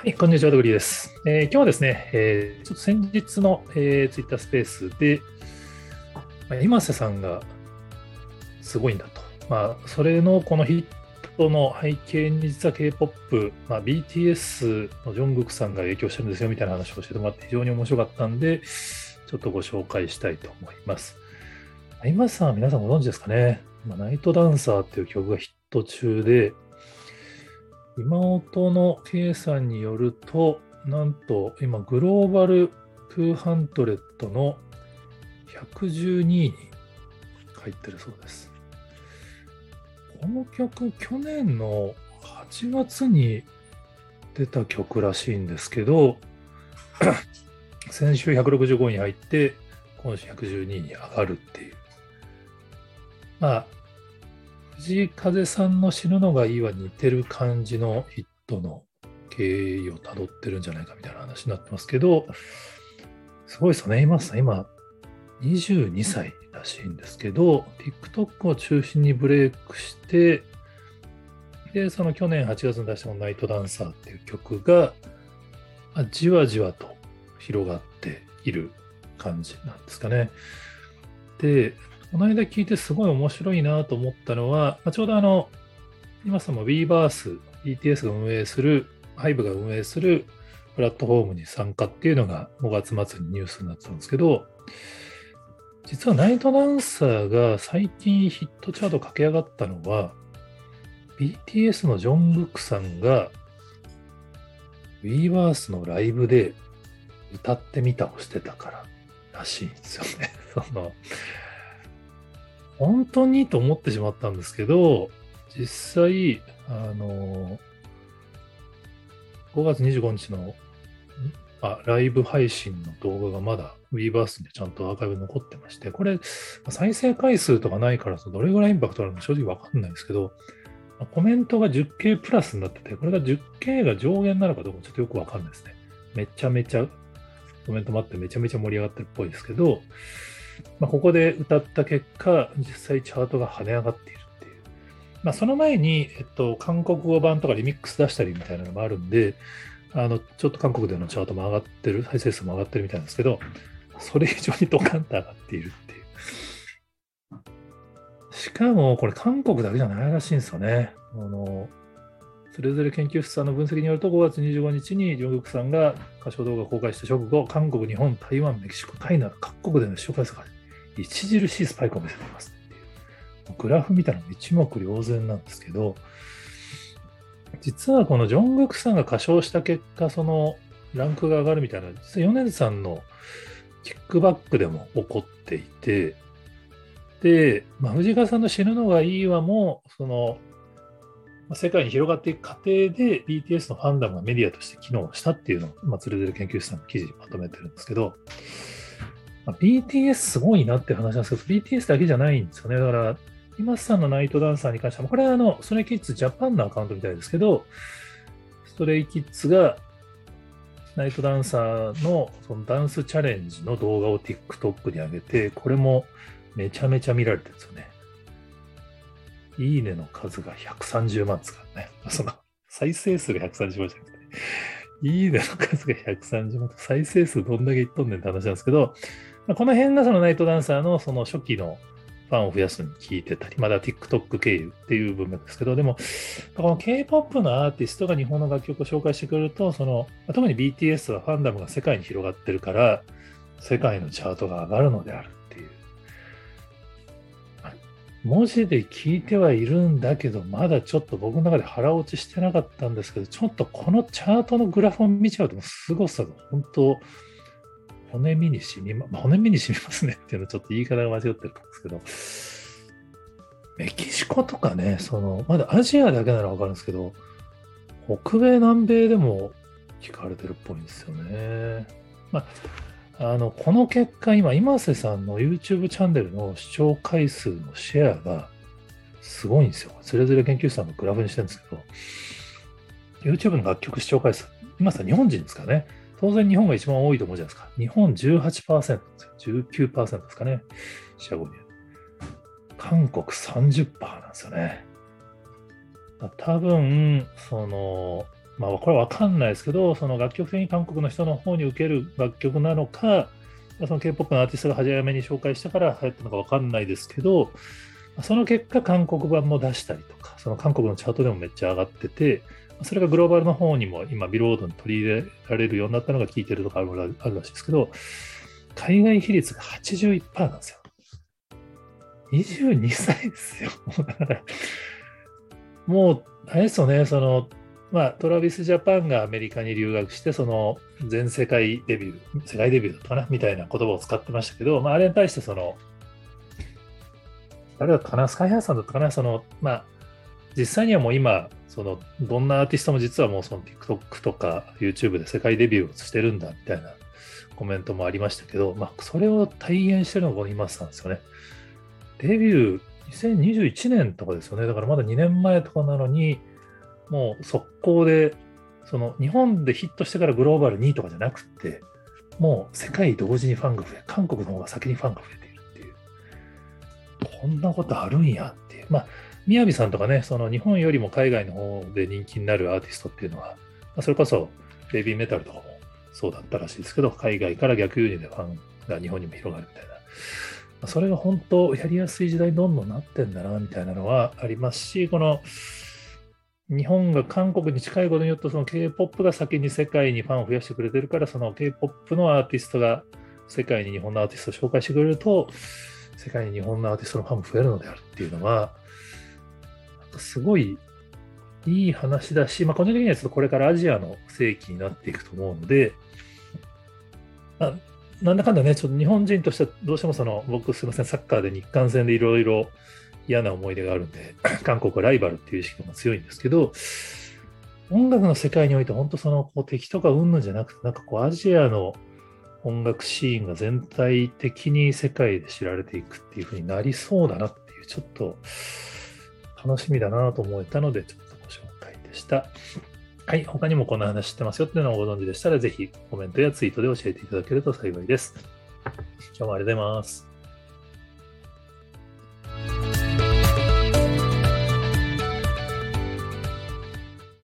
はい、こんにちは、ドグリーです。今日はですね、ちょっと先日の、ツイッタースペースで、今瀬さんがすごいんだと。それのこのヒットの背景に実は K-POP、BTS のジョングクさんが影響してるんですよみたいな話を教えてもらって非常に面白かったんで、ちょっとご紹介したいと思います。今瀬さんは皆さんご存知ですかね。ナイトダンサーっていう曲がヒット中で、妹の K さんによると、なんと今、グローバル200の112位に入ってるそうです。この曲、去年の8月に出た曲らしいんですけど、先週165位に入って、今週112位に上がるっていう。藤井風さんの死ぬのがいいは似てる感じのヒットの経緯をたどってるんじゃないかみたいな話になってますけど、すごいですよね。今、22歳らしいんですけど、TikTok を中心にブレイクして、で、その去年8月に出したナイトダンサーっていう曲が、じわじわと広がっている感じなんですかね。で、この間聞いてすごい面白いなと思ったのは、ちょうど今その Weverse、BTS が運営する、HYBE が運営するプラットフォームに参加っていうのが5月末にニュースになってたんですけど、実はナイトダンサーが最近ヒットチャート駆け上がったのは、BTS のジョングクさんが Weverse のライブで歌ってみたをしてたかららしいんですよね。本当にと思ってしまったんですけど、実際、5月25日のライブ配信の動画がまだ Weverse にちゃんとアーカイブ残ってまして、これ、再生回数とかないからどれぐらいインパクトあるのか正直わかんないですけど、コメントが 10K プラスになってて、これが 10K が上限なのかどうかちょっとよくわかんないですね。めちゃめちゃコメントもあってめちゃめちゃ盛り上がってるっぽいですけど、ここで歌った結果、実際チャートが跳ね上がっているっていう。その前に、韓国語版とかリミックス出したりみたいなのもあるんで、ちょっと韓国でのチャートも上がってる、再生数も上がってるみたいなんですけど、それ以上にドカンと上がっているっていう。しかも、これ韓国だけじゃないらしいんですよね。それぞれ研究室さんの分析によると、5月25日にジョングクさんが歌唱動画を公開した直後、韓国、日本、台湾、メキシコ、タイなど各国での視聴回数が著しいスパイクを見せていますっていう。グラフ見たら一目瞭然なんですけど、実はこのジョングクさんが歌唱した結果、そのランクが上がるみたいな、実は米津さんのキックバックでも起こっていて、で、藤川さんの死ぬのがいいわも、世界に広がっていく過程で BTS のファンダムがメディアとして機能したっていうのを、つれづれ研究室さんの記事にまとめてるんですけど、BTS すごいなって話なんですけど、BTS だけじゃないんですよね。だから、今さんのナイトダンサーに関しては、これはストレイキッズジャパンのアカウントみたいですけど、ストレイキッズがナイトダンサーのそのダンスチャレンジの動画を TikTok に上げて、これもめちゃめちゃ見られてるんですよね。いいねの数が130万ですからね。再生数が130万じゃなくて、いいねの数が130万と再生数どんだけいっとんねんって話なんですけど、この辺がそのナイトダンサーのその初期のファンを増やすのに聞いてたり、まだ TikTok 経由っていう文脈ですけど、でも、この K-POP のアーティストが日本の楽曲を紹介してくれると、特に BTS はファンダムが世界に広がってるから、世界のチャートが上がるのであるっていう。文字で聞いてはいるんだけど、まだちょっと僕の中で腹落ちしてなかったんですけど、ちょっとこのチャートのグラフを見ちゃうと、凄さが本当、骨身に染みますねっていうのはちょっと言い方が間違ってると思うんですけど、メキシコとかね、まだアジアだけならわかるんですけど、北米、南米でも聞かれてるっぽいんですよね。この結果、今瀬さんの YouTube チャンネルの視聴回数のシェアがすごいんですよ。つれづれ研究室さんのグラフにしてるんですけど、YouTube の楽曲視聴回数、今さ、日本人ですからね。当然日本が一番多いと思うじゃないですか。日本18%ですよ。19%ですかね。シェア後に。韓国30%なんですよね。多分、 まあこれは分かんないですけど、その楽曲的に韓国の人の方に受ける楽曲なのか、その K-POP のアーティストが早めに紹介したから流行ったのか分かんないですけど、その結果、韓国版も出したりとか、その韓国のチャートでもめっちゃ上がってて、それがグローバルの方にも今、ビルボードに取り入れられるようになったのが聞いてるとかあるらしいですけど、海外比率が81%なんですよ。22歳ですよ。もう、あれですよね、トラビスジャパンがアメリカに留学して、その全世界デビュー、世界デビューだったかなみたいな言葉を使ってましたけど、あれに対して誰だったかな、スカイハイさんだったかな、実際にはもう今、どんなアーティストも実はもうTikTok とか YouTube で世界デビューをしてるんだみたいなコメントもありましたけど、それを体現してるのがこのイマスさんですよね。デビュー2021年とかですよね。だからまだ2年前とかなのに、もう速攻で、日本でヒットしてからグローバル2位とかじゃなくて、もう世界同時にファンが増え、韓国の方が先にファンが増えているっていう、こんなことあるんやっていう。みやびさんとかね、日本よりも海外の方で人気になるアーティストっていうのは、それこそベイビーメタルとかもそうだったらしいですけど、海外から逆輸入でファンが日本にも広がるみたいな。それが本当やりやすい時代にどんどんなってんだな、みたいなのはありますし、日本が韓国に近いことによって、K-POP が先に世界にファンを増やしてくれてるから、K-POP のアーティストが世界に日本のアーティストを紹介してくれると、世界に日本のアーティストのファンも増えるのであるっていうのは、すごいいい話だし、個人的にはちょっとこれからアジアの世紀になっていくと思うので、なんだかんだね、ちょっと日本人としてはどうしても僕すみません、サッカーで日韓戦でいろいろ嫌な思い出があるんで、韓国はライバルっていう意識が強いんですけど、音楽の世界において本当敵とか云々じゃなくて、アジアの音楽シーンが全体的に世界で知られていくっていう風になりそうだなっていう、ちょっと楽しみだなと思えたので、ちょっとご紹介でした。はい、他にもこんな話知ってますよっていうのをご存知でしたら、ぜひコメントやツイートで教えていただけると幸いです。今日もありがとうございます。